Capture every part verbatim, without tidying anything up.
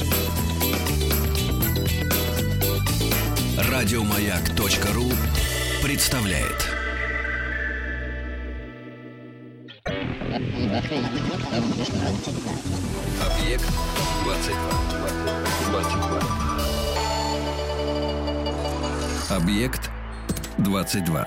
Радиомаяк.ру представляет. Объект двадцать два. Объект двадцать два.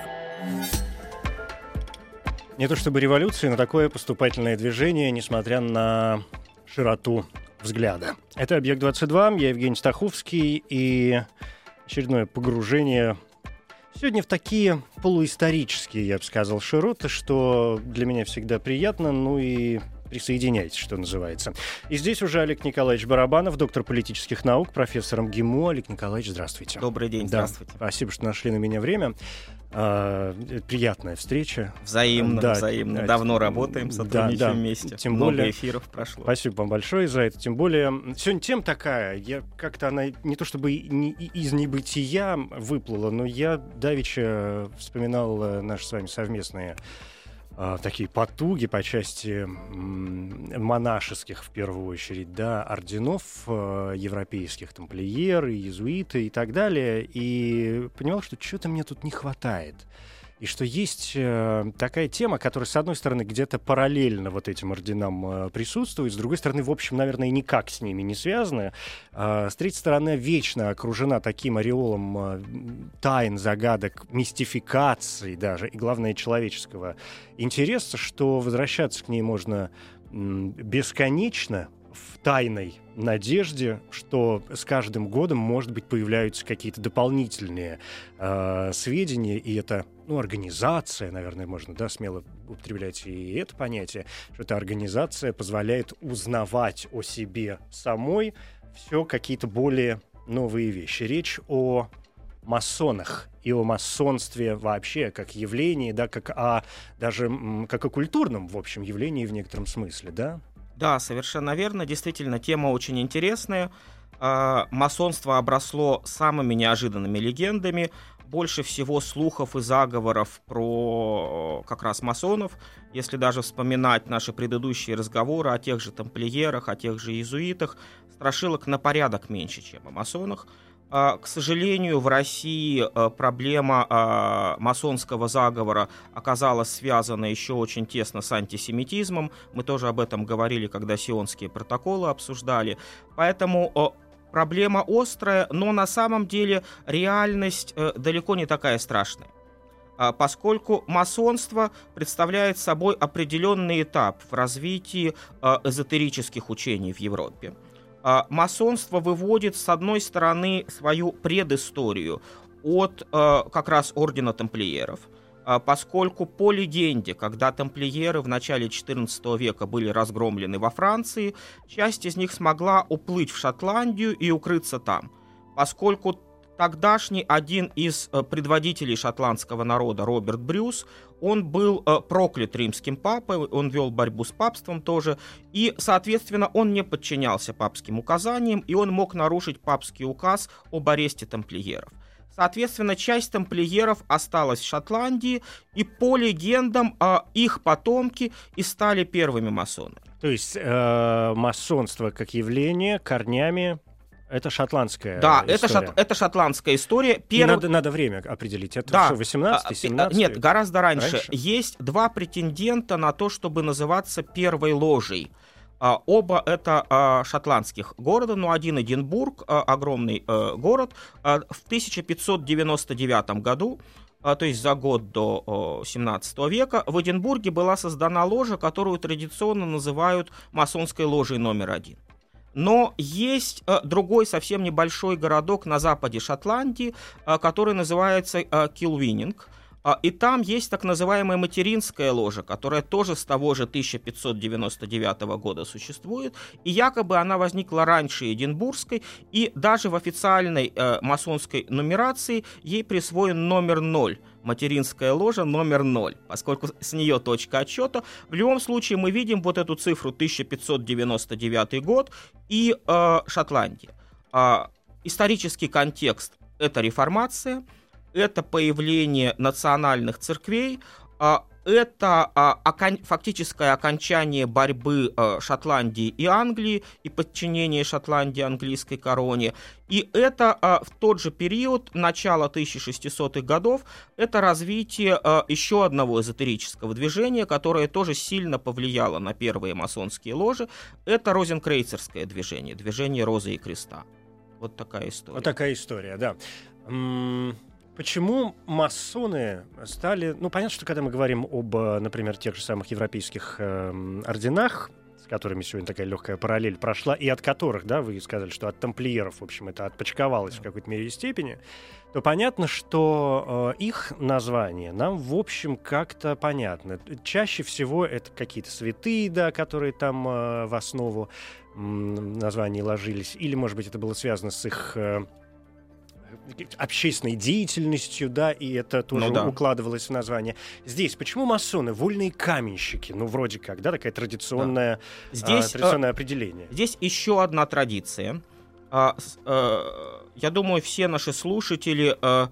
Не то чтобы революция, но такое поступательное движение, несмотря на широту взгляда. Это «Объект двадцать два», я Евгений Стаховский, и очередное погружение сегодня в такие полуисторические, я бы сказал, широты, что для меня всегда приятно, ну и присоединяйтесь, что называется. И здесь уже Олег Николаевич Барабанов, доктор политических наук, профессор МГИМО. Олег Николаевич, здравствуйте. Добрый день, да, здравствуйте. Спасибо, что нашли на меня время. А, приятная встреча. Взаимно, да, взаимно. Да, Давно работаем, сотрудничаем да, да. вместе. Тем Много более, эфиров прошло. Спасибо вам большое за это. Тем более, сегодня тема такая, я как-то она не то чтобы не, из небытия выплыла, но я давеча вспоминал наши с вами совместные такие потуги по части монашеских, в первую очередь, да, орденов э, европейских, тамплиеры, иезуиты и так далее, и понимал, что чего-то мне тут не хватает. И что есть э, такая тема, которая, с одной стороны, где-то параллельно вот этим орденам э, присутствует, с другой стороны, в общем, наверное, и никак с ними не связана. Э, с третьей стороны, вечно окружена таким ореолом э, тайн, загадок, мистификаций даже, и, главное, человеческого интереса, что возвращаться к ней можно м, бесконечно, в тайной надежде, что с каждым годом, может быть, появляются какие-то дополнительные э, сведения, и это, ну, организация, наверное, можно, да, смело употреблять и это понятие, что эта организация позволяет узнавать о себе самой все какие-то более новые вещи. Речь о масонах и о масонстве вообще как явлении, да, как о, даже м, как о культурном, в общем, явлении в некотором смысле, да? Да, совершенно верно. Действительно, тема очень интересная. Масонство обросло самыми неожиданными легендами. Больше всего слухов и заговоров про как раз масонов. Если даже вспоминать наши предыдущие разговоры о тех же тамплиерах, о тех же иезуитах, страшилок на порядок меньше, чем о масонах. К сожалению, в России проблема масонского заговора оказалась связана еще очень тесно с антисемитизмом. Мы тоже об этом говорили, когда сионские протоколы обсуждали. Поэтому проблема острая, но на самом деле реальность далеко не такая страшная. Поскольку масонство представляет собой определенный этап в развитии эзотерических учений в Европе. Масонство выводит, с одной стороны, свою предысторию от э, как раз ордена тамплиеров, э, поскольку по легенде, когда тамплиеры в начале четырнадцатого века были разгромлены во Франции, часть из них смогла уплыть в Шотландию и укрыться там, поскольку тогдашний один из э, предводителей шотландского народа, Роберт Брюс, он был э, проклят римским папой, он вел борьбу с папством тоже, и, соответственно, он не подчинялся папским указаниям, и он мог нарушить папский указ об аресте тамплиеров. Соответственно, часть тамплиеров осталась в Шотландии, и по легендам э, их потомки и стали первыми масонами. То есть э, масонство как явление корнями... Это шотландская да, история. Это, шот, это шотландская история. Перв... Надо, надо время определить. Это да. что, восемнадцатый, семнадцатый? Нет, гораздо раньше. раньше. Есть два претендента на то, чтобы называться первой ложей. А, оба это а, шотландских города, но один Эдинбург, а, огромный а, город. А, в тысяча пятьсот девяносто девятом году, а, то есть за год до а, семнадцатого века, в Эдинбурге была создана ложа, которую традиционно называют масонской ложей номер один. Но есть э, другой совсем небольшой городок на западе Шотландии, э, который называется э, Килвининг. Э, и там есть так называемая материнская ложа, которая тоже с того же тысяча пятьсот девяносто девятого года существует. И якобы она возникла раньше Эдинбургской, и даже в официальной э, масонской нумерации ей присвоен номер ноль. Материнская ложа номер ноль, поскольку с нее точка отсчета. В любом случае мы видим вот эту цифру тысяча пятьсот девяносто девятый год и э, Шотландия. Э, исторический контекст — это реформация, это появление национальных церквей, э, это а, окон... фактическое окончание борьбы а, Шотландии и Англии и подчинение Шотландии английской короне. И это а, в тот же период, начало тысяча шестисотых годов, это развитие а, еще одного эзотерического движения, которое тоже сильно повлияло на первые масонские ложи. Это розенкрейцерское движение, движение Розы и Креста. Вот такая история. Вот такая история, да. М- Почему масоны стали... Ну, понятно, что когда мы говорим об, например, тех же самых европейских э, орденах, с которыми сегодня такая легкая параллель прошла, и от которых, да, вы сказали, что от тамплиеров, в общем, это отпочковалось в какой-то мере и степени, то понятно, что э, их название нам, в общем, как-то понятно. Чаще всего это какие-то святые, да, которые там э, в основу э, названий ложились, или, может быть, это было связано с их... Э, общественной деятельностью, да, и это тоже ну, да. укладывалось в название. Здесь почему масоны? Вольные каменщики. Ну, вроде как, да, такое традиционное, да. Здесь, а, традиционное а, определение. Здесь еще одна традиция. А, а, я думаю, все наши слушатели а,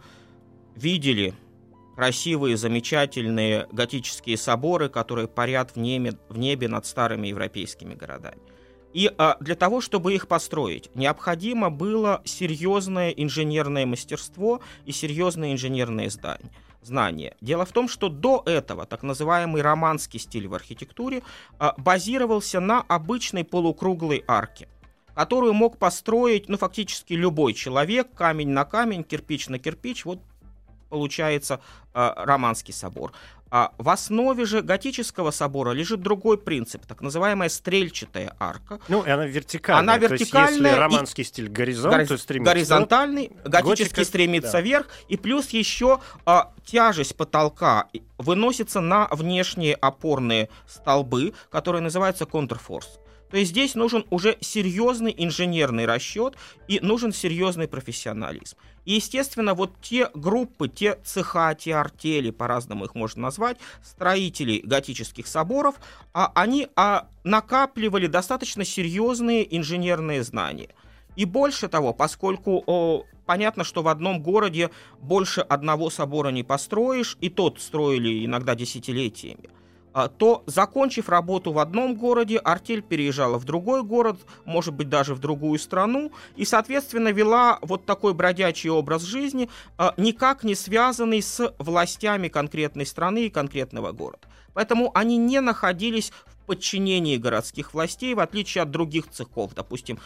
видели красивые, замечательные готические соборы, которые парят в небе, в небе над старыми европейскими городами. И а, для того, чтобы их построить, необходимо было серьезное инженерное мастерство и серьезные инженерные здания, знания. Дело в том, что до этого так называемый романский стиль в архитектуре а, базировался на обычной полукруглой арке, которую мог построить, ну, фактически любой человек, камень на камень, кирпич на кирпич. Вот получается а, романский собор. А в основе же готического собора лежит другой принцип, так называемая стрельчатая арка. Ну, и она вертикальная. Она вертикальная. То есть, если романский стиль горизонт, гори- то стремится... Горизонтальный, готический готика, стремится да. вверх, и плюс еще а, тяжесть потолка выносится на внешние опорные столбы, которые называются контрфорс. То есть здесь нужен уже серьезный инженерный расчет и нужен серьезный профессионализм. И, естественно, вот те группы, те цеха, те артели, по-разному их можно назвать, строителей готических соборов, а, они а, накапливали достаточно серьезные инженерные знания. И больше того, поскольку о, понятно, что в одном городе больше одного собора не построишь, и тот строили иногда десятилетиями, то, закончив работу в одном городе, артель переезжала в другой город, может быть, даже в другую страну, и, соответственно, вела вот такой бродячий образ жизни, никак не связанный с властями конкретной страны и конкретного города. Поэтому они не находились в подчинении городских властей, в отличие от других цехов. Допустим,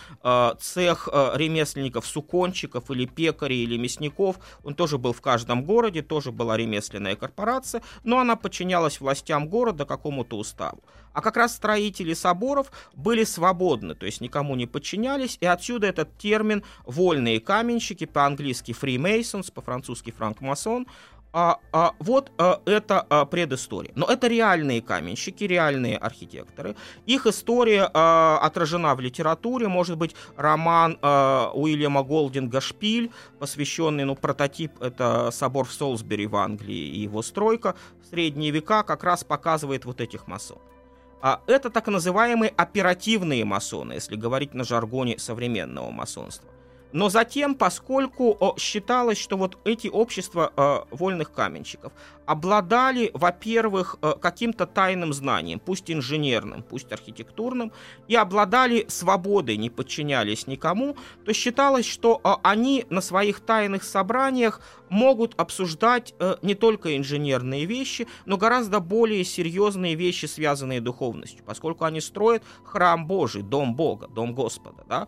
цех ремесленников-сукончиков или пекарей или мясников, он тоже был в каждом городе, тоже была ремесленная корпорация, но она подчинялась властям города, какому-то уставу. А как раз строители соборов были свободны, то есть никому не подчинялись, и отсюда этот термин «вольные каменщики», по-английски «freemasons», по-французски «франкмасон». А, а, вот а, это а, предыстория. Но это реальные каменщики, реальные архитекторы. Их история а, отражена в литературе. Может быть, роман а, Уильяма Голдинга «Шпиль», посвященный, ну, прототип, это собор в Солсбери в Англии и его стройка в средние века, как раз показывает вот этих масонов. А, это так называемые оперативные масоны, если говорить на жаргоне современного масонства. Но затем, поскольку о, считалось, что вот эти общества э, вольных каменщиков обладали, во-первых, э, каким-то тайным знанием, пусть инженерным, пусть архитектурным, и обладали свободой, не подчинялись никому, то считалось, что э, они на своих тайных собраниях могут обсуждать э, не только инженерные вещи, но гораздо более серьезные вещи, связанные с духовностью, поскольку они строят храм Божий, дом Бога, дом Господа, да.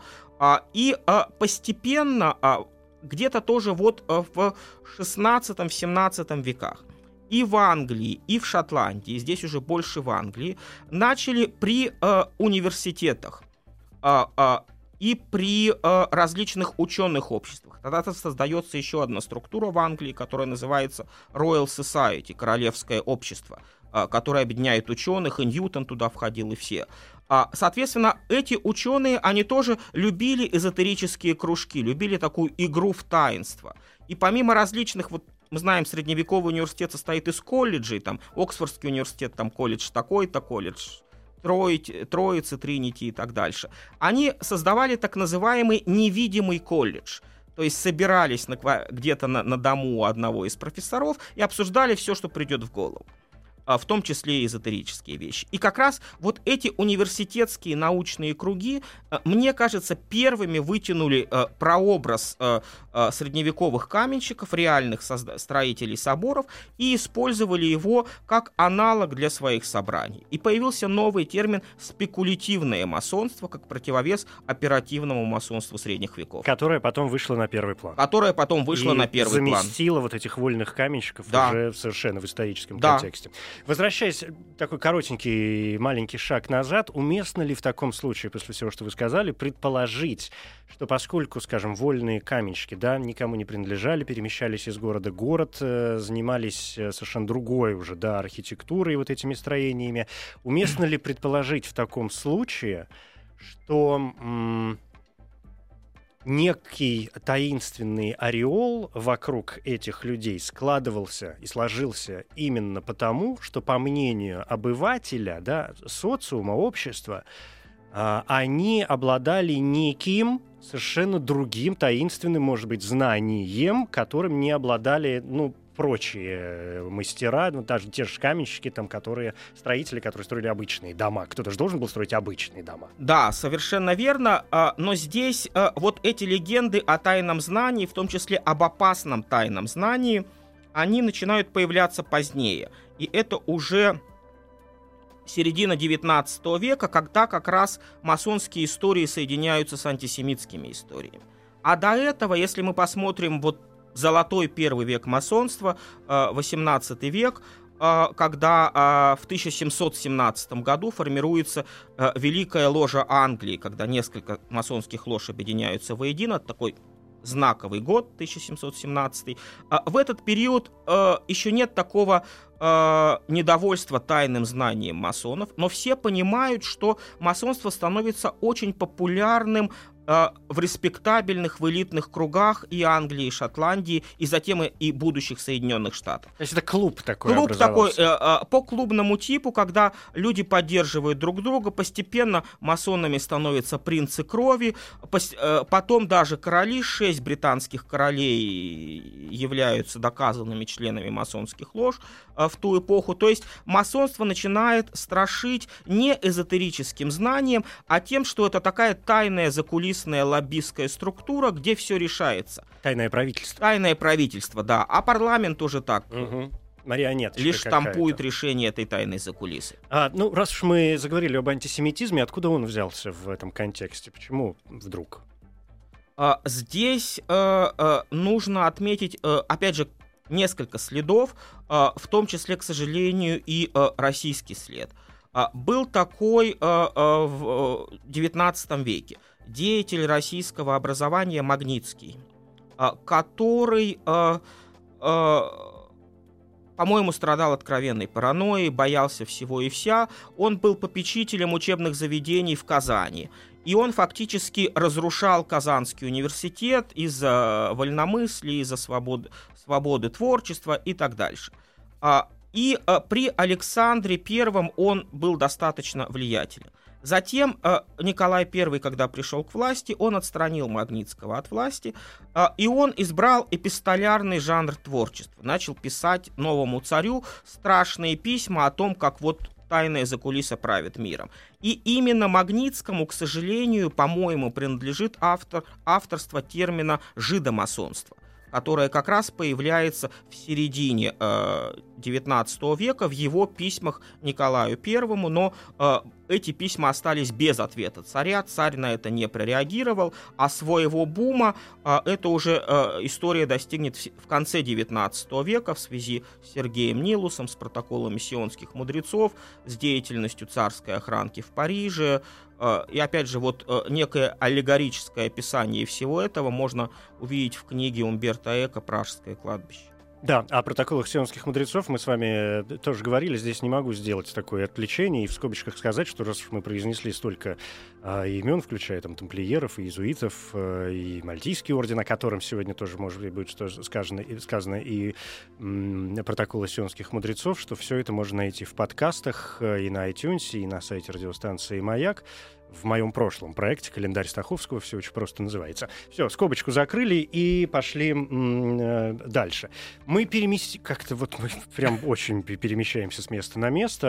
И постепенно, где-то тоже вот в шестнадцатом-семнадцатом веках, и в Англии, и в Шотландии, здесь уже больше в Англии, начали при университетах и при различных ученых обществах. Тогда создается еще одна структура в Англии, которая называется Royal Society, королевское общество, которое объединяет ученых, и Ньютон туда входил, и все. Соответственно, эти ученые, они тоже любили эзотерические кружки, любили такую игру в таинство. И помимо различных, вот мы знаем, средневековый университет состоит из колледжей, там, Оксфордский университет, там, колледж такой-то, колледж Троицы, Троицы, Тринити и так дальше. Они создавали так называемый невидимый колледж. То есть собирались на, где-то на, на дому у одного из профессоров и обсуждали все, что придет в голову. в том числе и эзотерические вещи. И как раз вот эти университетские научные круги, мне кажется, первыми вытянули прообраз средневековых каменщиков, реальных строителей соборов, и использовали его как аналог для своих собраний. И появился новый термин «спекулятивное масонство», как противовес оперативному масонству средних веков. Которое потом вышло на первый план. Которое потом вышло и на первый план. заместило вот этих вольных каменщиков, да, уже совершенно в историческом да. контексте. Возвращаясь, такой коротенький маленький шаг назад, уместно ли в таком случае, после всего, что вы сказали, предположить, что поскольку, скажем, вольные каменщики, да, никому не принадлежали, перемещались из города в город, э, занимались совершенно другой уже, да, архитектурой, вот этими строениями, уместно ли предположить в таком случае, что... М- некий таинственный ореол вокруг этих людей складывался и сложился именно потому, что, по мнению обывателя, да, социума, общества, а, они обладали неким совершенно другим таинственным, может быть, знанием, которым не обладали, ну, прочие мастера, ну, даже те же каменщики, там, которые, строители, которые строили обычные дома. Кто-то же должен был строить обычные дома. Да, совершенно верно, но здесь вот эти легенды о тайном знании, в том числе об опасном тайном знании, они начинают появляться позднее. И это уже середина девятнадцатого века, когда как раз масонские истории соединяются с антисемитскими историями. А до этого, если мы посмотрим вот золотой первый век масонства, восемнадцатый век, когда в тысяча семьсот семнадцатом году формируется Великая ложа Англии, когда несколько масонских лож объединяются воедино, такой знаковый год, тысяча семьсот семнадцатый. В этот период еще нет такого недовольства тайным знанием масонов, но все понимают, что масонство становится очень популярным в респектабельных, в элитных кругах и Англии, и Шотландии, и затем и будущих Соединенных Штатов. То есть это клуб такой Клуб такой, образовался. по клубному типу, когда люди поддерживают друг друга, постепенно масонами становятся принцы крови, потом даже короли, шесть британских королей являются доказанными членами масонских лож в ту эпоху. То есть масонство начинает страшить не эзотерическим знанием, а тем, что это такая тайная закулисная лоббистская структура, где все решается. Тайное правительство. Тайное правительство, да. А парламент тоже так. Угу. Марионеточка лишь штампует какая-то. решение этой тайной закулисы. А, ну, раз уж мы заговорили об антисемитизме, откуда он взялся в этом контексте? Почему вдруг? А, здесь а, а, нужно отметить, а, опять же, несколько следов, а, в том числе, к сожалению, и а, российский след. А, был такой а, а, в девятнадцатом веке деятель российского образования Магнитский, а, который... А, а, по-моему, страдал откровенной паранойей, боялся всего и вся. Он был попечителем учебных заведений в Казани. И он фактически разрушал Казанский университет из-за вольномыслия, из-за свободы, свободы творчества и так дальше. И при Александре Первом он был достаточно влиятелен. Затем Николай Первый, когда пришел к власти, он отстранил Магнитского от власти, и он избрал эпистолярный жанр творчества. Начал писать новому царю страшные письма о том, как вот тайная закулиса правит миром. И именно Магнитскому, к сожалению, по-моему, принадлежит автор, авторство термина «жидомасонство», которое как раз появляется в середине э, девятнадцатого века в его письмах Николаю Первому, но э, эти письма остались без ответа царя, царь на это не прореагировал, а своего бума э, это уже э, история достигнет в, в конце девятнадцатого века в связи с Сергеем Нилусом, с протоколами сионских мудрецов, с деятельностью царской охранки в Париже. И опять же, вот некое аллегорическое описание всего этого можно увидеть в книге Умберто Эко «Пражское кладбище». Да, о протоколах сионских мудрецов мы с вами тоже говорили. Здесь не могу сделать такое отвлечение и в скобочках сказать, что раз уж мы произнесли столько а, имен, включая там тамплиеров и иезуитов, а, и Мальтийский орден, о котором сегодня тоже, может быть, будет что сказано, и, сказано, и м, протоколы сионских мудрецов, что все это можно найти в подкастах и на iTunes, и на сайте радиостанции «Маяк». в моем прошлом проекте «Календарь Стаховского», все очень просто называется. Все, скобочку закрыли и пошли м- э, дальше. Мы перемести... Как-то вот мы прям очень перемещаемся с места на место.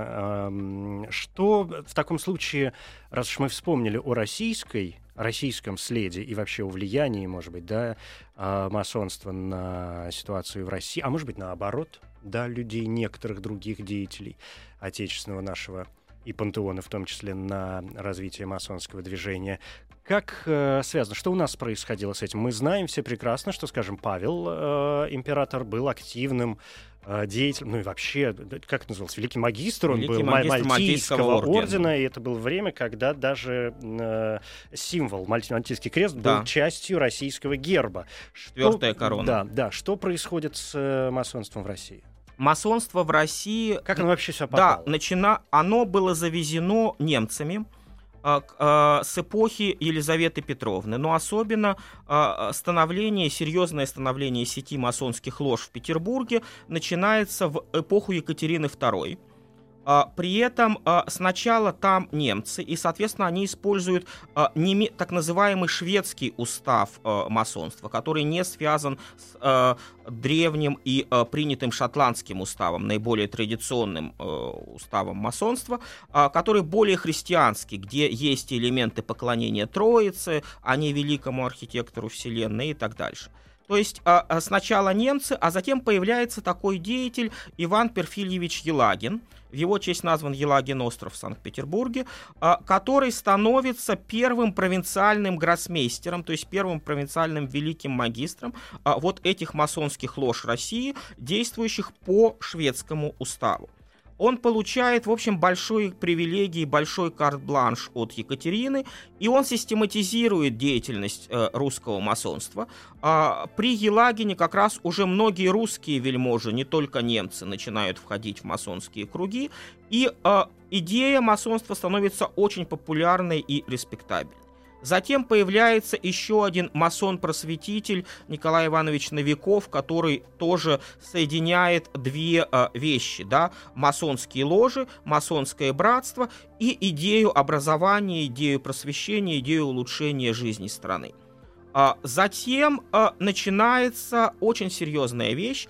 Э, э, что в таком случае, раз уж мы вспомнили о российской, российском следе и вообще о влиянии, может быть, да, э, масонства на ситуацию в России, а может быть, наоборот, да, людей, некоторых других деятелей отечественного нашего и пантеона, в том числе, на развитие масонского движения. Как э, связано? Что у нас происходило с этим? Мы знаем все прекрасно, что, скажем, Павел, э, император, был активным э, деятелем, ну и вообще, как это называлось, великий магистр, он Великий был магистр Мальтийского ордена, ордена, и это было время, когда даже э, символ, Мальтийский крест, да. был частью российского герба. Четвертая корона. Да, да. Что происходит с э, масонством в России? Масонство в России... Как оно вообще себя попало? Да, начина... оно было завезено немцами э, э, с эпохи Елизаветы Петровны, но особенно э, становление, серьезное становление сети масонских лож в Петербурге начинается в эпоху Екатерины второй. При этом сначала там немцы, и, соответственно, они используют так называемый шведский устав масонства, который не связан с древним и принятым шотландским уставом, наиболее традиционным уставом масонства, который более христианский, где есть элементы поклонения Троице, а не великому архитектору Вселенной и так дальше. То есть сначала немцы, а затем появляется такой деятель Иван Перфильевич Елагин. В его честь назван Елагин остров в Санкт-Петербурге, который становится первым провинциальным гроссмейстером, то есть первым провинциальным великим магистром вот этих масонских лож России, действующих по шведскому уставу. Он получает, в общем, большие привилегии, большой карт-бланш от Екатерины, и он систематизирует деятельность э, русского масонства. А, при Елагине как раз уже многие русские вельможи, не только немцы, начинают входить в масонские круги, и э, идея масонства становится очень популярной и респектабельной. Затем появляется еще один масон-просветитель Николай Иванович Новиков, который тоже соединяет две э, вещи, да, масонские ложи, масонское братство и идею образования, идею просвещения, идею улучшения жизни страны. А затем э, начинается очень серьезная вещь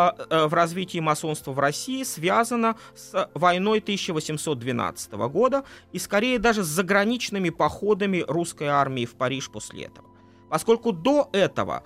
в развитии масонства в России, связано с войной тысяча восемьсот двенадцатого года и скорее даже с заграничными походами русской армии в Париж после этого. Поскольку до этого,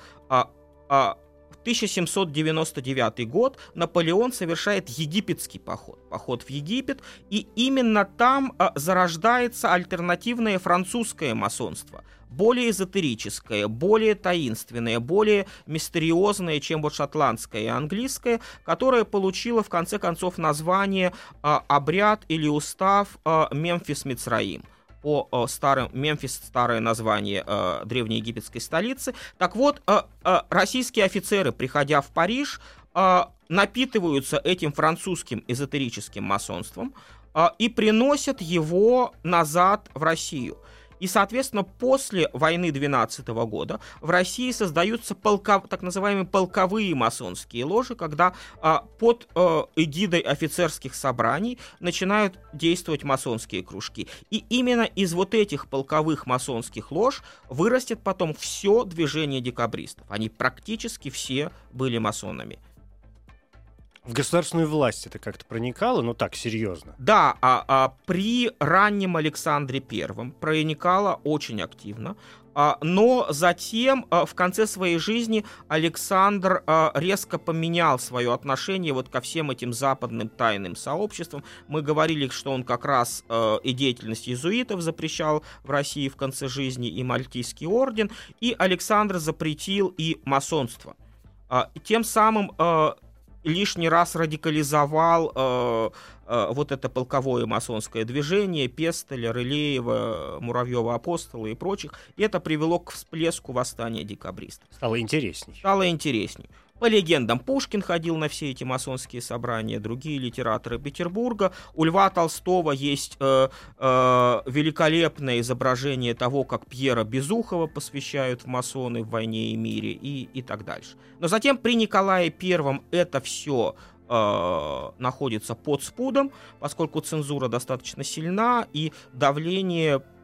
в тысяча семьсот девяносто девятый год, Наполеон совершает египетский поход, поход в Египет, и именно там зарождается альтернативное французское масонство, более эзотерическое, более таинственное, более мистериозное, чем вот шотландское и английское, которое получило в конце концов название а, обряд или устав а, Мемфис-Мицраим. По а, старым Мемфис, старое название а, древнеегипетской столицы. Так вот, а, а, российские офицеры, приходя в Париж, а, напитываются этим французским эзотерическим масонством а, и приносят его назад в Россию. И, соответственно, после войны двенадцатого года в России создаются полков, так называемые полковые масонские ложи, когда а, под а, эгидой офицерских собраний начинают действовать масонские кружки. И именно из вот этих полковых масонских лож вырастет потом все движение декабристов. Они практически все были масонами. В государственную власть это как-то проникало, но так, серьезно? Да, а, а, при раннем Александре Первом проникало очень активно, а, но затем а, в конце своей жизни Александр а, резко поменял свое отношение вот ко всем этим западным тайным сообществам. Мы говорили, что он как раз а, и деятельность иезуитов запрещал в России в конце жизни, и Мальтийский орден, и Александр запретил и масонство. А, тем самым а, лишний раз радикализовал э, э, вот это полковое масонское движение Пестеля, Рылеева, Муравьева-Апостола и прочих. И это привело к всплеску восстания декабристов. Стало интересней. Стало интересней. По легендам, Пушкин ходил на все эти масонские собрания, другие литераторы Петербурга. У Льва Толстого есть э, э, великолепное изображение того, как Пьера Безухова посвящают в масоны в «Войне и мире» и, и так дальше. Но затем при Николае Первом это все э, находится под спудом, поскольку цензура достаточно сильна и давление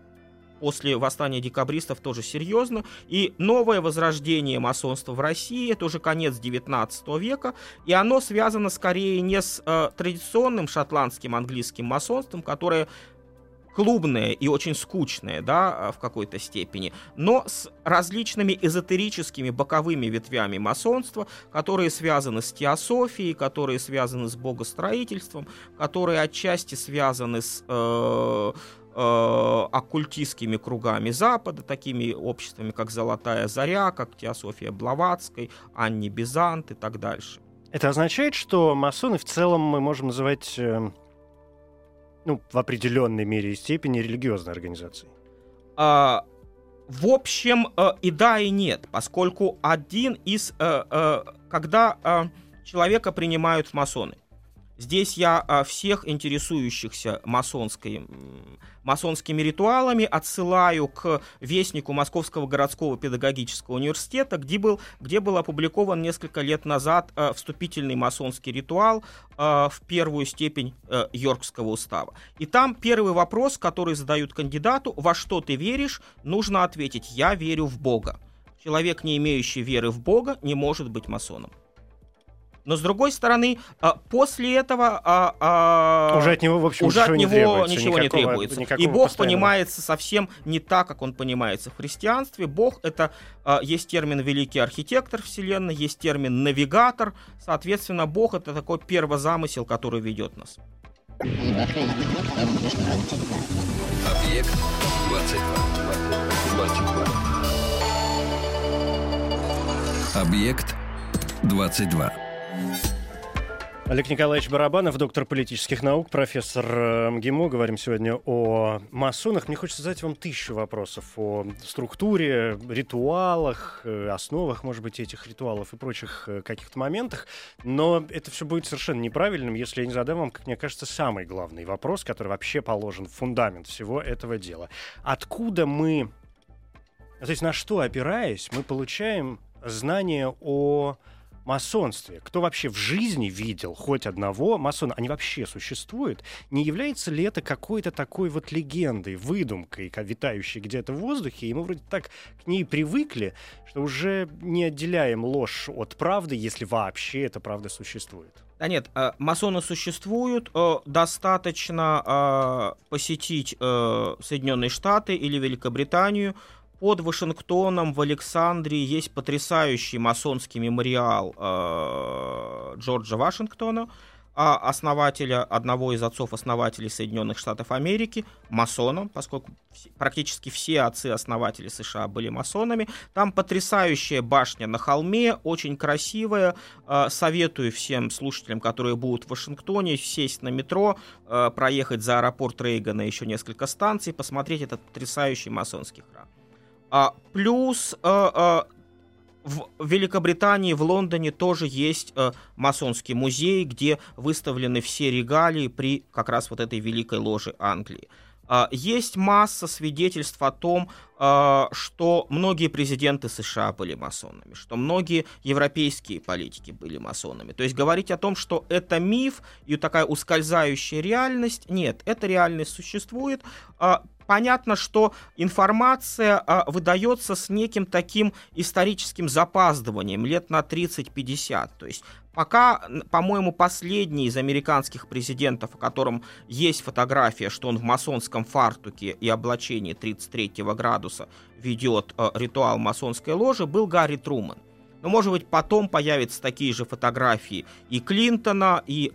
после восстания декабристов тоже серьезно. И новое возрождение масонства в России — это уже конец девятнадцатого века, и оно связано скорее не с э, традиционным шотландским английским масонством, которое клубное и очень скучное, да, в какой-то степени, но с различными эзотерическими боковыми ветвями масонства, которые связаны с теософией, которые связаны с богостроительством, которые отчасти связаны с э, э, оккультистскими кругами Запада, такими обществами, как «Золотая заря», как теософия Блаватской, Анни Бизант и так дальше. Это означает, что масоны в целом мы можем называть... Э... ну, в определенной мере и степени религиозной организацией? А, в общем, э, и да, и нет, поскольку один из... Э, э, когда э, человека принимают в масоны, здесь я э, всех интересующихся масонской, масонскими ритуалами отсылаю к вестнику Московского городского педагогического университета, где был, где был опубликован несколько лет назад э, вступительный масонский ритуал э, в первую степень э, Йоркского устава. И там первый вопрос, который задают кандидату: во что ты веришь, нужно ответить: я верю в Бога. Человек, не имеющий веры в Бога, не может быть масоном. Но, с другой стороны, после этого а, уже от него, в общем, уже ничего, от не него требуется, ничего никакого, не требуется. И Бог постоянного... понимается совсем не так, как он понимается в христианстве. Бог — это а, есть термин «великий архитектор Вселенной», есть термин «навигатор». Соответственно, Бог — это такой первозамысел, который ведет нас. Объект двадцать два. Объект двадцать два. Олег Николаевич Барабанов, доктор политических наук, профессор МГИМО. Говорим сегодня о масонах. Мне хочется задать вам тысячу вопросов о структуре, ритуалах, основах, может быть, этих ритуалов и прочих каких-то моментах. Но это все будет совершенно неправильным, если я не задам вам, как мне кажется, самый главный вопрос, который вообще положен в фундамент всего этого дела. Откуда мы, то есть на что опираясь, мы получаем знания о масонстве? Кто вообще в жизни видел хоть одного масона? Они вообще существуют? Не является ли это какой-то такой вот легендой, выдумкой, витающей где-то в воздухе, и мы вроде так к ней привыкли, что уже не отделяем ложь от правды, если вообще эта правда существует? Да нет, масоны существуют, достаточно посетить Соединенные Штаты или Великобританию. Под Вашингтоном в Александрии есть потрясающий масонский мемориал э, Джорджа Вашингтона, основателя, одного из отцов-основателей Соединенных Штатов Америки, масоном, поскольку практически все отцы-основатели США были масонами. Там потрясающая башня на холме, очень красивая. Э, советую всем слушателям, которые будут в Вашингтоне, сесть на метро, э, проехать за аэропорт Рейгана еще несколько станций, посмотреть этот потрясающий масонский храм. А, плюс а, а, в Великобритании, в Лондоне тоже есть а, масонский музей, где выставлены все регалии при как раз вот этой великой ложе Англии. А, есть масса свидетельств о том, а, что многие президенты США были масонами, что многие европейские политики были масонами. То есть говорить о том, что это миф и такая ускользающая реальность, нет, эта реальность существует. А, Понятно, что информация а, выдается с неким таким историческим запаздыванием лет на тридцать-пятьдесят. То есть пока, по-моему, последний из американских президентов, о котором есть фотография, что он в масонском фартуке и облачении тридцать третьего градуса ведет а, ритуал масонской ложи, был Гарри Трумэн. Но, может быть, потом появятся такие же фотографии и Клинтона, и...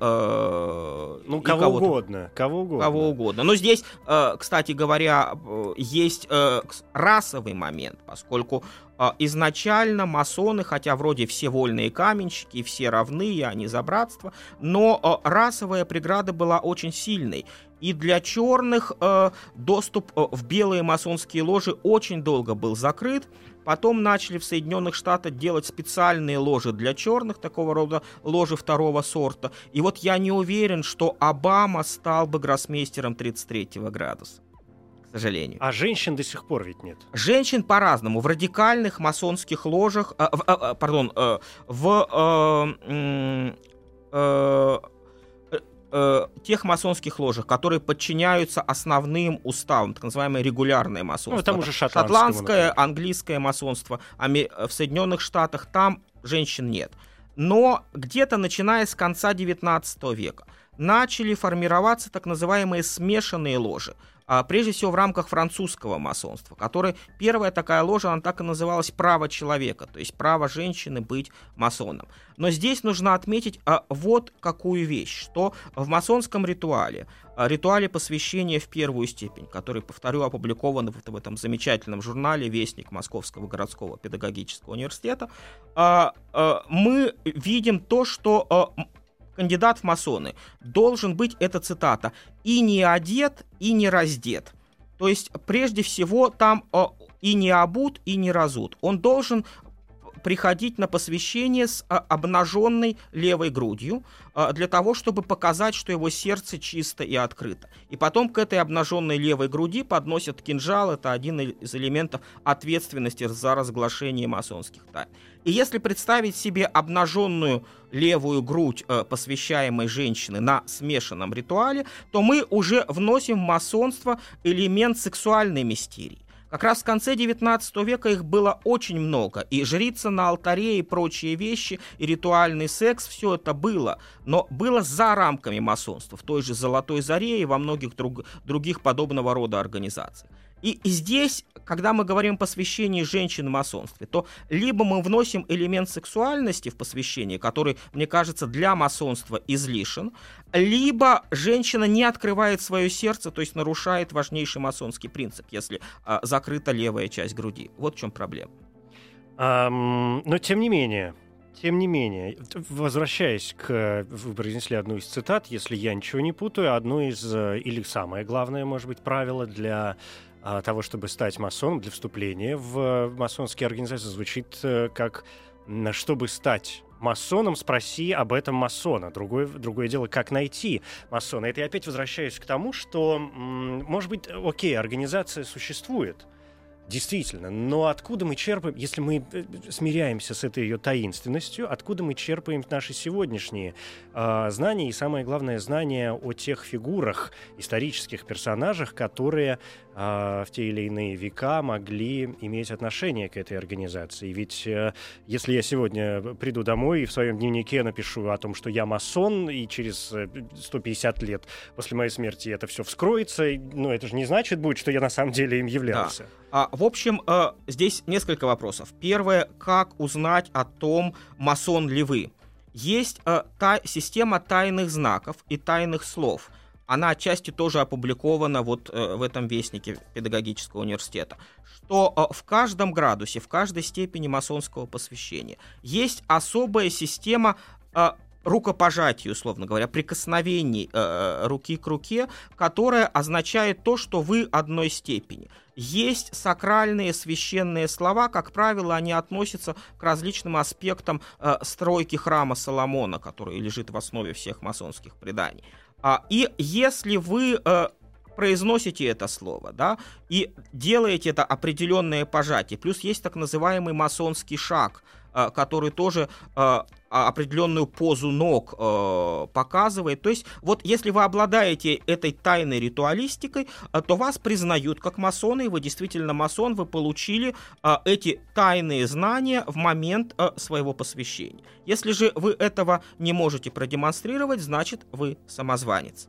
Э, ну, и кого угодно, кого угодно. Кого угодно. Но здесь, э, кстати говоря, есть э, расовый момент, поскольку э, изначально масоны, хотя вроде все вольные каменщики, все равны, они за братство, но э, расовая преграда была очень сильной. И для черных э, доступ в белые масонские ложи очень долго был закрыт. Потом начали в Соединенных Штатах делать специальные ложи для черных, такого рода ложи второго сорта. И вот я не уверен, что Обама стал бы гроссмейстером тридцать третьего градуса, к сожалению. А женщин до сих пор ведь нет? Женщин по-разному. В радикальных масонских ложах, э, в, э, пардон, э, в... Э, э, э, тех масонских ложах, которые подчиняются основным уставам, так называемое регулярное масонство. Ну, там уже шотландское, английское масонство, а в Соединенных Штатах там женщин нет. Но где-то начиная с конца девятнадцатого века начали формироваться так называемые смешанные ложи, а прежде всего в рамках французского масонства, которое первая такая ложа, она так и называлась «право человека», то есть право женщины быть масоном. Но здесь нужно отметить а, вот какую вещь, что в масонском ритуале, а, ритуале посвящения в первую степень, который, повторю, опубликован в, в этом замечательном журнале «Вестник Московского городского педагогического университета», а, а, мы видим то, что а, кандидат в масоны должен быть, это цитата, «и не одет, и не раздет». То есть, прежде всего, там о, и не обут, и не разут. Он должен приходить на посвящение с а, обнаженной левой грудью а, для того, чтобы показать, что его сердце чисто и открыто. И потом к этой обнаженной левой груди подносят кинжал. Это один из элементов ответственности за разглашение масонских тайн. И если представить себе обнаженную левую грудь э, посвящаемой женщины на смешанном ритуале, то мы уже вносим в масонство элемент сексуальной мистерии. Как раз в конце девятнадцатого века их было очень много, и жрица на алтаре, и прочие вещи, и ритуальный секс, все это было, но было за рамками масонства, в той же «Золотой заре» и во многих друг, других подобного рода организациях. И здесь, когда мы говорим о посвящении женщин в масонстве, то либо мы вносим элемент сексуальности в посвящение, который, мне кажется, для масонства излишен, либо женщина не открывает свое сердце, то есть нарушает важнейший масонский принцип, если а, закрыта левая часть груди. Вот в чем проблема. Um, но тем не менее... Тем не менее, возвращаясь к... Вы произнесли одну из цитат, если я ничего не путаю, одно из... Или самое главное, может быть, правило для а, того, чтобы стать масоном, для вступления в масонские организации, звучит как «чтобы стать масоном, спроси об этом масона». Другое, другое дело, как найти масона. Это я опять возвращаюсь к тому, что, может быть, окей, организация существует, действительно, но откуда мы черпаем, если мы смиряемся с этой ее таинственностью, откуда мы черпаем наши сегодняшние э, знания и, самое главное, знания о тех фигурах, исторических персонажах, которые э, в те или иные века могли иметь отношение к этой организации. Ведь э, если я сегодня приду домой и в своем дневнике напишу о том, что я масон, и через сто пятьдесят лет после моей смерти это все вскроется, ну, это же не значит будет, что я на самом деле им являлся. Да. А, в общем, э, здесь несколько вопросов. Первое, как узнать о том, масон ли вы? Есть э, та система тайных знаков и тайных слов. Она отчасти тоже опубликована вот э, в этом вестнике педагогического университета, что э, в каждом градусе, в каждой степени масонского посвящения есть особая система э, рукопожатий, условно говоря, прикосновений э, руки к руке, которая означает то, что вы одной степени. Есть сакральные священные слова, как правило, они относятся к различным аспектам э, стройки храма Соломона, который лежит в основе всех масонских преданий. А, и если вы э, произносите это слово, да, и делаете это определенное пожатие, плюс есть так называемый масонский шаг, э, который тоже э, определенную позу ног э, показывает. То есть вот если вы обладаете этой тайной ритуалистикой, э, то вас признают как масона, и вы действительно масон, вы получили э, эти тайные знания в момент э, своего посвящения. Если же вы этого не можете продемонстрировать, значит вы самозванец.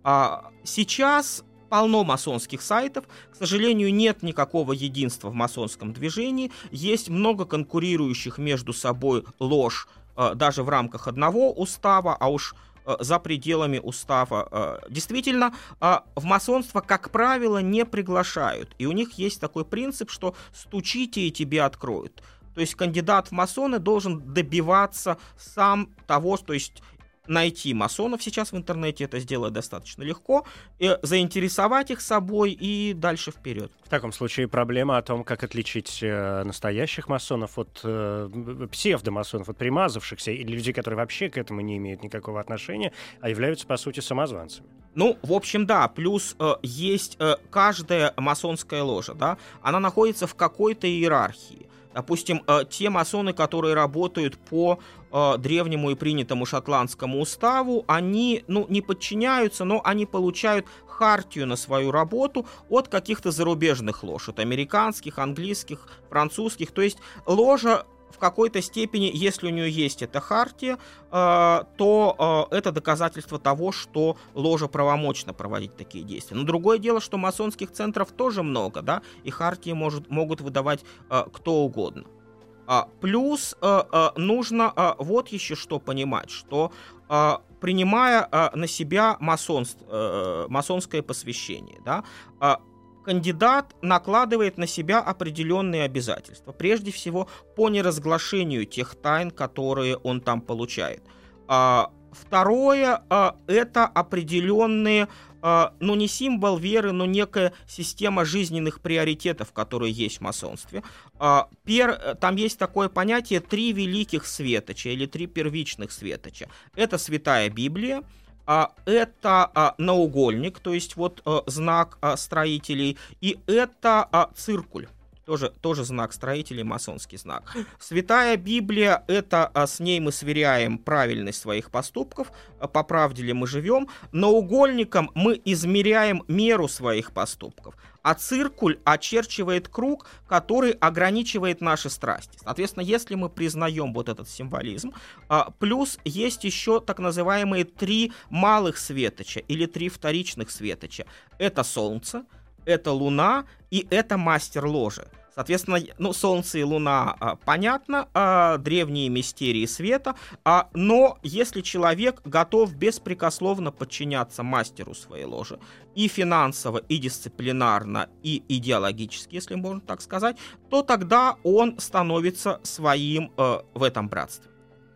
А сейчас полно масонских сайтов. К сожалению, нет никакого единства в масонском движении. Есть много конкурирующих между собой лож, даже в рамках одного устава, а уж за пределами устава. Действительно, в масонство, как правило, не приглашают. И у них есть такой принцип, что стучите, и тебе откроют. То есть кандидат в масоны должен добиваться сам того, то есть найти масонов сейчас в интернете, это сделать достаточно легко, и заинтересовать их собой и дальше вперед. В таком случае проблема о том, как отличить э, настоящих масонов от э, псевдомасонов, от примазавшихся, или людей, которые вообще к этому не имеют никакого отношения, а являются, по сути, самозванцами. Ну, в общем, да, плюс э, есть э, каждая масонская ложа, да, она находится в какой-то иерархии. Допустим, э, те масоны, которые работают по э, древнему и принятому шотландскому уставу, они, ну, не подчиняются, но они получают хартию на свою работу от каких-то зарубежных лож, от американских, английских, французских. То есть ложа в какой-то степени, если у нее есть эта хартия, э, то э, это доказательство того, что ложа правомочно проводить такие действия. Но другое дело, что масонских центров тоже много, да, и хартии может, могут выдавать э, кто угодно. А, плюс э, э, нужно э, вот еще что понимать, что э, принимая э, на себя масонство, э, масонское посвящение, да, э, кандидат накладывает на себя определенные обязательства, прежде всего по неразглашению тех тайн, которые он там получает. А, второе, а, это определенные, а, ну не символ веры, но некая система жизненных приоритетов, которые есть в масонстве. А, пер, там есть такое понятие три великих светоча или три первичных светоча. Это Святая Библия, это наугольник, то есть вот знак строителей, и это циркуль, тоже, тоже знак строителей, масонский знак. Святая Библия, это с ней мы сверяем правильность своих поступков, по правде ли мы живем. Наугольником мы измеряем меру своих поступков, а циркуль очерчивает круг, который ограничивает наши страсти. Соответственно, если мы признаем вот этот символизм, плюс есть еще так называемые три малых светоча или три вторичных светоча. Это Солнце, это Луна и это мастер ложи. Соответственно, ну, Солнце и Луна, а, понятно, а, древние мистерии света, а, но если человек готов беспрекословно подчиняться мастеру своей ложи и финансово, и дисциплинарно, и идеологически, если можно так сказать, то тогда он становится своим а, в этом братстве.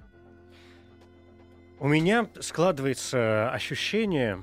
У меня складывается ощущение...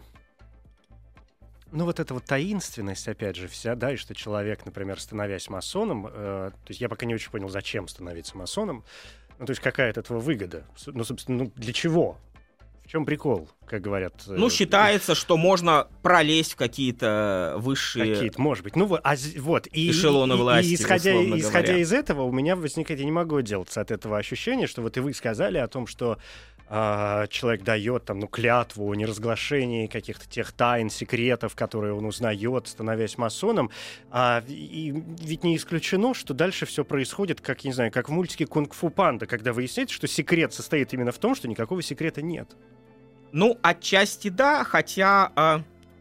Ну, вот эта вот таинственность, опять же, вся, да, и что человек, например, становясь масоном, э, то есть я пока не очень понял, зачем становиться масоном, ну, то есть какая от этого выгода? Ну, собственно, ну, для чего? В чем прикол, как говорят? Э, ну, считается, что можно пролезть в какие-то высшие... Какие-то, может быть. Ну, вот, а, вот и, эшелоны и, власти, и, исходя, условно исходя говоря. из этого, у меня возникает, я не могу отделаться от этого ощущения, что вот и вы сказали о том, что Uh, человек дает там, ну, клятву о неразглашении каких-то тех тайн, секретов, которые он узнает, становясь масоном. Uh, и ведь не исключено, что дальше все происходит, как, я не знаю, как в мультике «Кунг-фу панда», когда выясняется, что секрет состоит именно в том, что никакого секрета нет. Ну, отчасти да, хотя... А...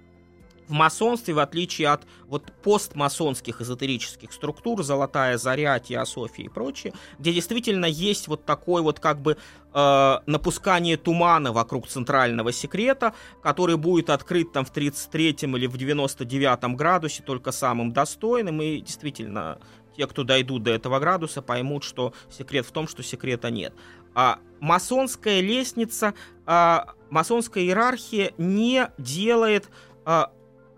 В масонстве, в отличие от вот постмасонских эзотерических структур, Золотая Заря, Теософия и прочее, где действительно есть вот такое вот как бы э, напускание тумана вокруг центрального секрета, который будет открыт там в тридцать третьем или в девяносто девятом градусе только самым достойным, и действительно те, кто дойдут до этого градуса, поймут, что секрет в том, что секрета нет. А масонская лестница, а, масонская иерархия не делает... А,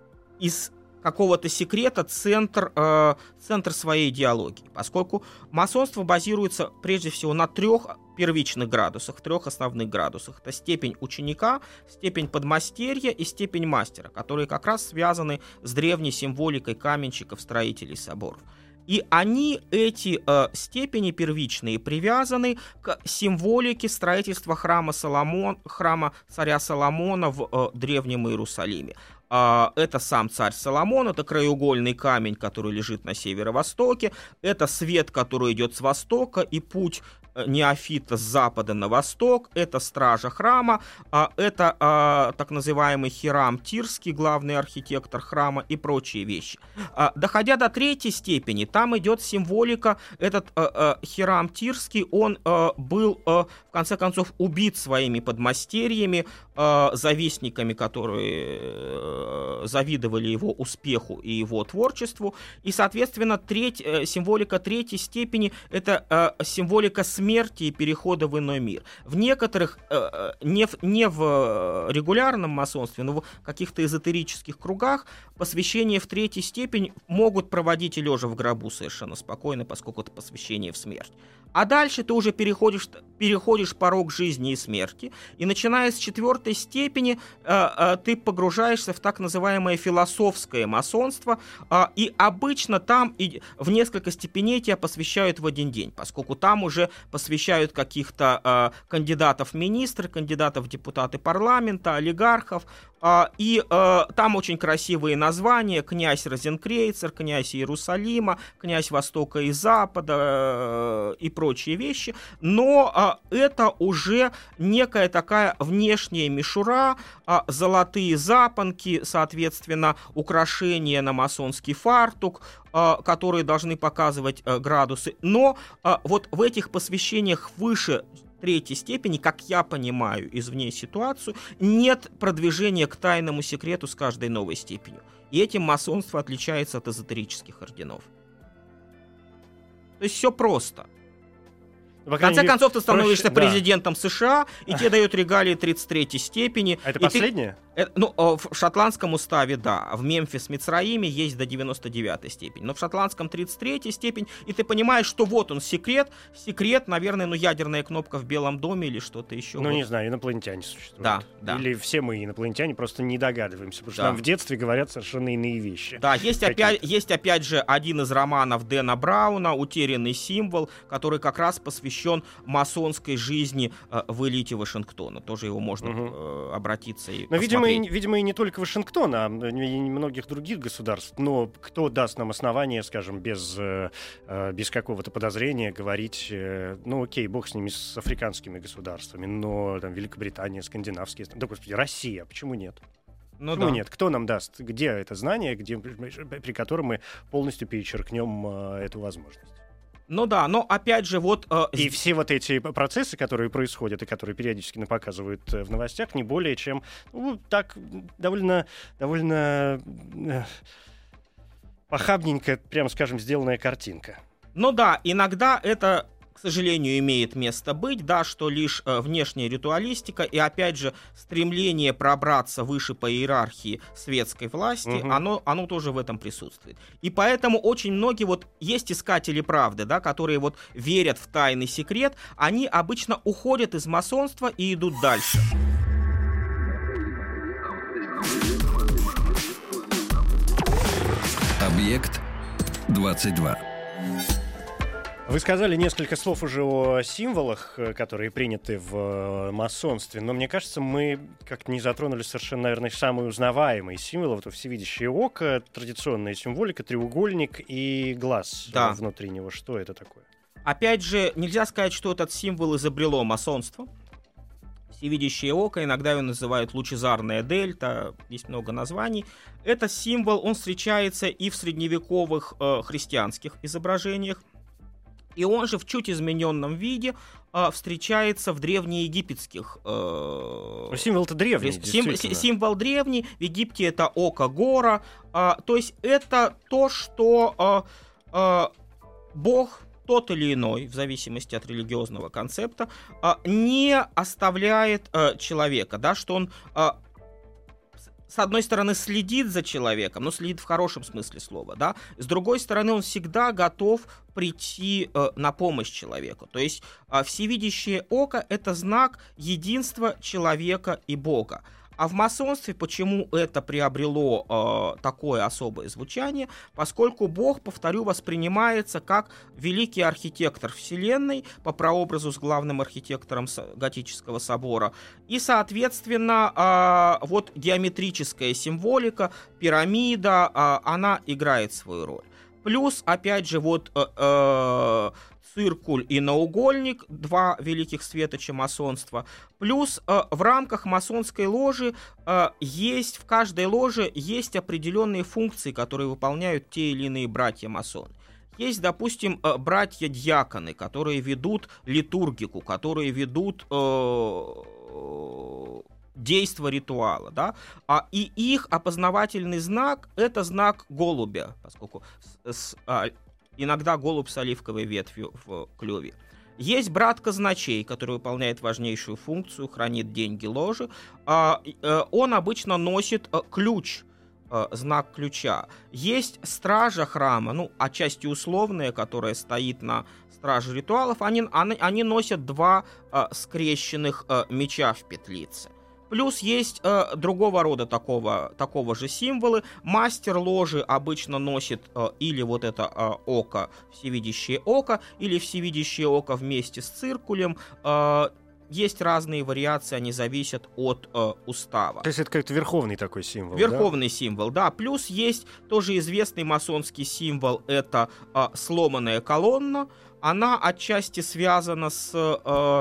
из какого-то секрета центр, э, центр своей идеологии, поскольку масонство базируется прежде всего на трех первичных градусах, трех основных градусах. Это степень ученика, степень подмастерья и степень мастера, которые как раз связаны с древней символикой каменщиков, строителей соборов. И они, эти э, степени первичные, привязаны к символике строительства храма, Соломон, храма царя Соломона в э, Древнем Иерусалиме. Uh, это сам царь Соломон, это краеугольный камень, который лежит на северо-востоке, это свет, который идет с востока, и путь неофита с запада на восток, это стража храма, uh, это uh, так называемый Хирам Тирский, главный архитектор храма и прочие вещи. Uh, доходя до третьей степени, там идет символика, этот uh, uh, Хирам Тирский, он uh, был uh, в конце концов убит своими подмастерьями, uh, завистниками, которые uh, завидовали его успеху и его творчеству, и, соответственно, треть, э, символика третьей степени — это э, символика смерти и перехода в иной мир. В некоторых, э, не, в, не в регулярном масонстве, но в каких-то эзотерических кругах посвящение в третьей степень могут проводить и лежа в гробу совершенно спокойно, поскольку это посвящение в смерть. А дальше ты уже переходишь, переходишь порог жизни и смерти, и начиная с четвертой степени э, э, ты погружаешься в так называемое философское масонство, э, и обычно там и в несколько степеней тебя посвящают в один день, поскольку там уже посвящают каких-то э, кандидатов в министры, кандидатов в депутаты парламента, олигархов, э, и э, там очень красивые названия: князь Розенкрейцер, князь Иерусалима, князь Востока и Запада э, и прочие вещи, но э, это уже некая такая внешняя мишура, э, золотые запонки, соответственно, украшения на масонский фартук, э, которые должны показывать э, градусы, но э, вот в этих посвящениях выше третьей степени, как я понимаю извне ситуацию, нет продвижения к тайному секрету с каждой новой степенью. И этим масонство отличается от эзотерических орденов. То есть все просто. В конце концов, ты становишься проще, президентом да. США, и тебе дают регалии тридцать третьей степени. А это последнее? Ты, ну, в шотландском уставе, да. В Мемфис Мицраиме есть до девяносто девятой степени. Но в шотландском тридцать третья степень, и ты понимаешь, что вот он секрет. Секрет, наверное, ну, ядерная кнопка в Белом доме или что-то еще. Ну, вот. не знаю, инопланетяне существуют. Да, да. Или все мы инопланетяне, просто не догадываемся, потому что да. нам в детстве говорят совершенно иные вещи. Да, есть опять, есть опять же один из романов Дэна Брауна «Утерянный символ», который как раз посвящен масонской жизни э, в элите Вашингтона. Тоже его можно угу. э, обратиться и но, посмотреть. видимо и, видимо, и не только Вашингтона, а и многих других государств. Но кто даст нам основание, скажем, без, э, без какого-то подозрения говорить, э, ну окей, бог с ними, с африканскими государствами, но там Великобритания, скандинавские, да, господи, Россия, почему нет? Ну, Почему да. нет? Кто нам даст? Где это знание, где, при котором мы полностью перечеркнем э, эту возможность? Ну да, но опять же вот... Э, и все вот эти процессы, которые происходят и которые периодически нам показывают э, в новостях, не более чем, ну, так, довольно, довольно э, похабненько, прямо скажем, сделанная картинка. Ну да, иногда это, к сожалению, имеет место быть, да, что лишь э, внешняя ритуалистика и, опять же, стремление пробраться выше по иерархии светской власти, угу. оно, оно тоже в этом присутствует. И поэтому очень многие, вот, есть искатели правды, да, которые вот верят в тайный секрет, они обычно уходят из масонства и идут дальше. Объект двадцать два. Вы сказали несколько слов уже о символах, которые приняты в масонстве, но мне кажется, мы как-то не затронули совершенно, наверное, самые узнаваемые символы. Вот всевидящее око, традиционная символика, треугольник и глаз да. внутри него. Что это такое? Опять же, нельзя сказать, что этот символ изобрело масонство. Всевидящее око, иногда его называют лучезарная дельта, есть много названий. Этот символ, он встречается и в средневековых э, христианских изображениях, и он же в чуть измененном виде э, встречается в древнеегипетских... Э, Символ-то древний, сим, Символ древний, в Египте это око Гора. Э, то есть это то, что э, э, Бог, тот или иной, в зависимости от религиозного концепта, э, не оставляет э, человека, да, что он... Э, с одной стороны, следит за человеком, но следит в хорошем смысле слова, да. С другой стороны, он всегда готов прийти э, на помощь человеку. То есть э, всевидящее око — это знак единства человека и Бога. А в масонстве почему это приобрело э, такое особое звучание? Поскольку Бог, повторю, воспринимается как великий архитектор Вселенной по прообразу с главным архитектором готического собора. И, соответственно, э, вот геометрическая символика, пирамида, э, она играет свою роль. Плюс, опять же, вот... Э, э, циркуль и наугольник, два великих светоча масонства. Плюс э, в рамках масонской ложи э, есть, в каждой ложе есть определенные функции, которые выполняют те или иные братья-масоны. Есть, допустим, э, братья-дьяконы, которые ведут литургику, которые ведут... Э, действо ритуала, да, а, и их опознавательный знак — это знак голубя, поскольку с, с, а, иногда голубь с оливковой ветвью в клюве. Есть брат казначей, который выполняет важнейшую функцию, хранит деньги ложи. А, а, он обычно носит а, ключ э, знак ключа. Есть стража храма, ну, отчасти условная, которая стоит на страже ритуалов. Они, они, они носят два э, скрещенных э, меча в петлице. Плюс есть э, другого рода такого, такого же символы. Мастер ложи обычно носит э, или вот это э, око, всевидящее око, или всевидящее око вместе с циркулем. Э, есть разные вариации, они зависят от э, устава. То есть это как-то верховный такой символ, Верховный да? символ, да. Плюс есть тоже известный масонский символ, это э, сломанная колонна. Она отчасти связана с... Э,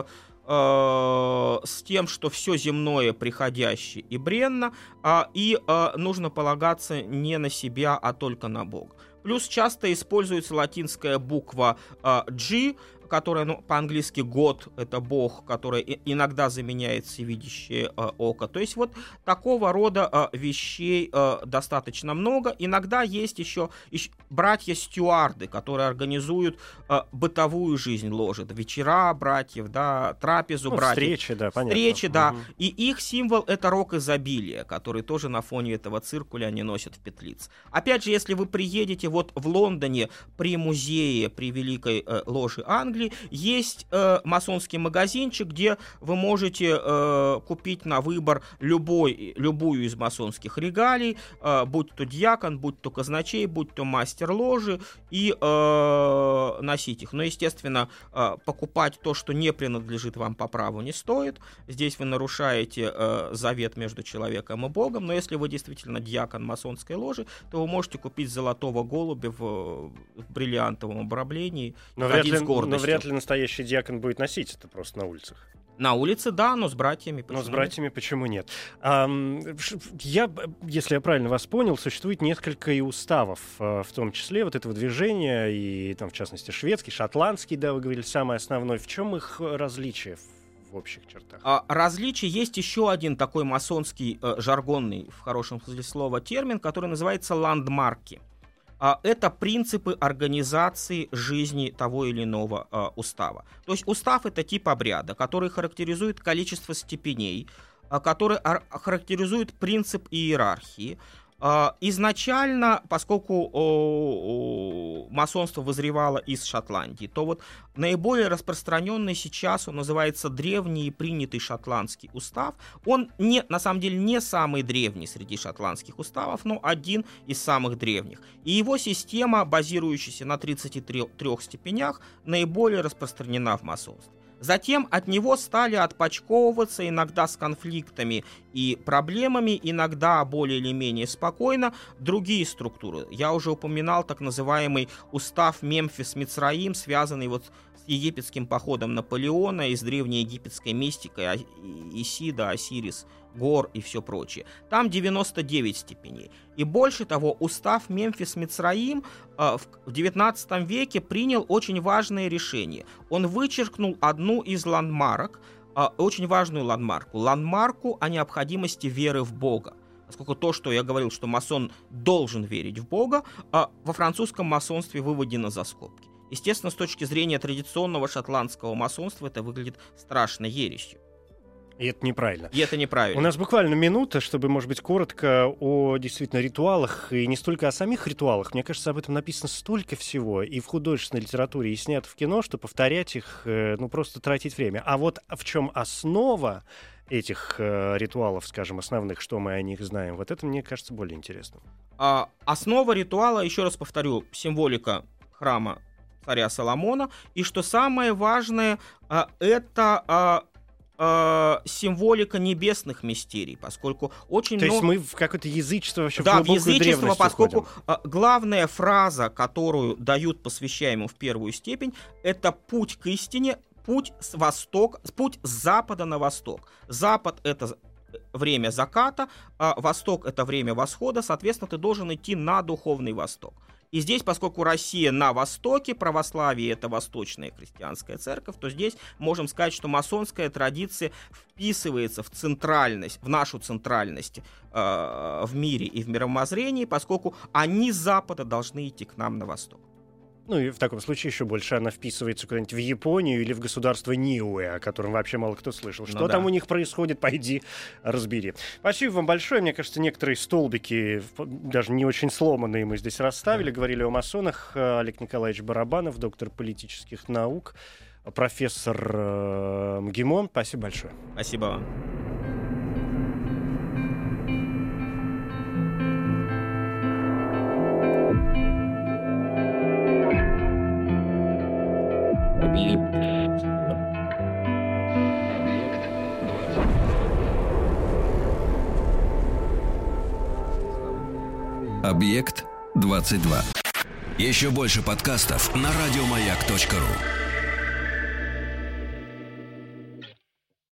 с тем, что все земное приходящее и бренно, и нужно полагаться не на себя, а только на Бога. Плюс часто используется латинская буква G, которая, ну, по-английски God — это Бог, который иногда заменяет всевидящее э, око. То есть вот такого рода э, вещей э, достаточно много. Иногда есть еще, еще братья-стюарды, которые организуют э, бытовую жизнь ложи. Вечера братьев, да, трапезу ну, братьев. Встречи, да, понятно. Встречи, да. Угу. И их символ — это рог изобилия, который тоже на фоне этого циркуля они носят в петлице. Опять же, если вы приедете вот в Лондоне при музее, при Великой э, Ложе Англии, есть э, масонский магазинчик, где вы можете э, купить на выбор любой, любую из масонских регалий, э, будь то дьякон, будь то казначей, будь то мастер ложи, и э, носить их. Но, естественно, э, покупать то, что не принадлежит вам по праву, не стоит. Здесь вы нарушаете э, завет между человеком и Богом. Но если вы действительно дьякон масонской ложи, то вы можете купить золотого голубя в, в бриллиантовом обрамлении. Но вряд ли, но вряд ли настоящий диакон будет носить это просто на улицах. На улице, да, но с братьями почему Но с братьями почему нет? А, я, если я правильно вас понял, существует несколько и уставов, в том числе вот этого движения, и там, в частности, шведский, шотландский, да, вы говорили, самый основной. В чем их различие в общих чертах? А, различие есть еще один такой масонский, э, жаргонный, в хорошем смысле слова, термин, который называется ландмарки. Это принципы организации жизни того или иного э, устава. То есть устав — это тип обряда, который характеризует количество степеней, э, который ар- характеризует принцип иерархии. Э, изначально, поскольку э, э, масонство вызревало из Шотландии, то вот наиболее распространенный сейчас он называется древний и принятый шотландский устав. Он не, на самом деле не самый древний среди шотландских уставов, но один из самых древних. И его система, базирующаяся на тридцати трёх степенях, наиболее распространена в масонстве. Затем от него стали отпочковываться, иногда с конфликтами и проблемами, иногда более или менее спокойно, другие структуры. Я уже упоминал так называемый устав Мемфис-Мицраим, связанный вот с египетским походом Наполеона и с древнеегипетской мистикой Исида, Осирис, Гор и все прочее. Там девяносто девять степеней. И больше того, устав Мемфис-Мицраим э, в девятнадцатом веке принял очень важное решение. Он вычеркнул одну из ландмарок, э, очень важную ландмарку, ландмарку о необходимости веры в Бога. Поскольку то, что я говорил, что масон должен верить в Бога, э, во французском масонстве выведено за скобки. Естественно, с точки зрения традиционного шотландского масонства это выглядит страшной ересью. И это неправильно. И это неправильно. У нас буквально минута, чтобы, может быть, коротко о действительно ритуалах, и не столько о самих ритуалах. Мне кажется, об этом написано столько всего и в художественной литературе, и снято в кино, что повторять их, ну, просто тратить время. А вот в чем основа этих э, ритуалов, скажем, основных, что мы о них знаем, вот это, мне кажется, более интересным. А, основа ритуала, еще раз повторю, символика храма царя Соломона, и что самое важное, э, это... Э, символика небесных мистерий, поскольку очень То много... есть мы в какое-то язычество вообще да, в глубокую в язычество, древность поскольку уходим. Главная фраза, которую дают посвящаемому в первую степень, это путь к истине, путь с востока, путь с запада на восток. Запад — это время заката, а восток — это время восхода, соответственно, ты должен идти на духовный восток. И здесь, поскольку Россия на востоке, православие — это восточная христианская церковь, то здесь можем сказать, что масонская традиция вписывается в центральность, в нашу центральность э, в мире и в мировоззрении, поскольку они с запада должны идти к нам на восток. Ну и в таком случае еще больше она вписывается куда-нибудь в Японию или в государство Ниуэ, о котором вообще мало кто слышал. Что Ну, там да. у них происходит, пойди разбери. Спасибо вам большое. Мне кажется, некоторые столбики, даже не очень сломанные, мы здесь расставили. Говорили о масонах. Олег Николаевич Барабанов, доктор политических наук, профессор э, МГИМО. Спасибо большое. Спасибо вам. Объект двадцать два. Еще больше подкастов на радиомаяк точка ру.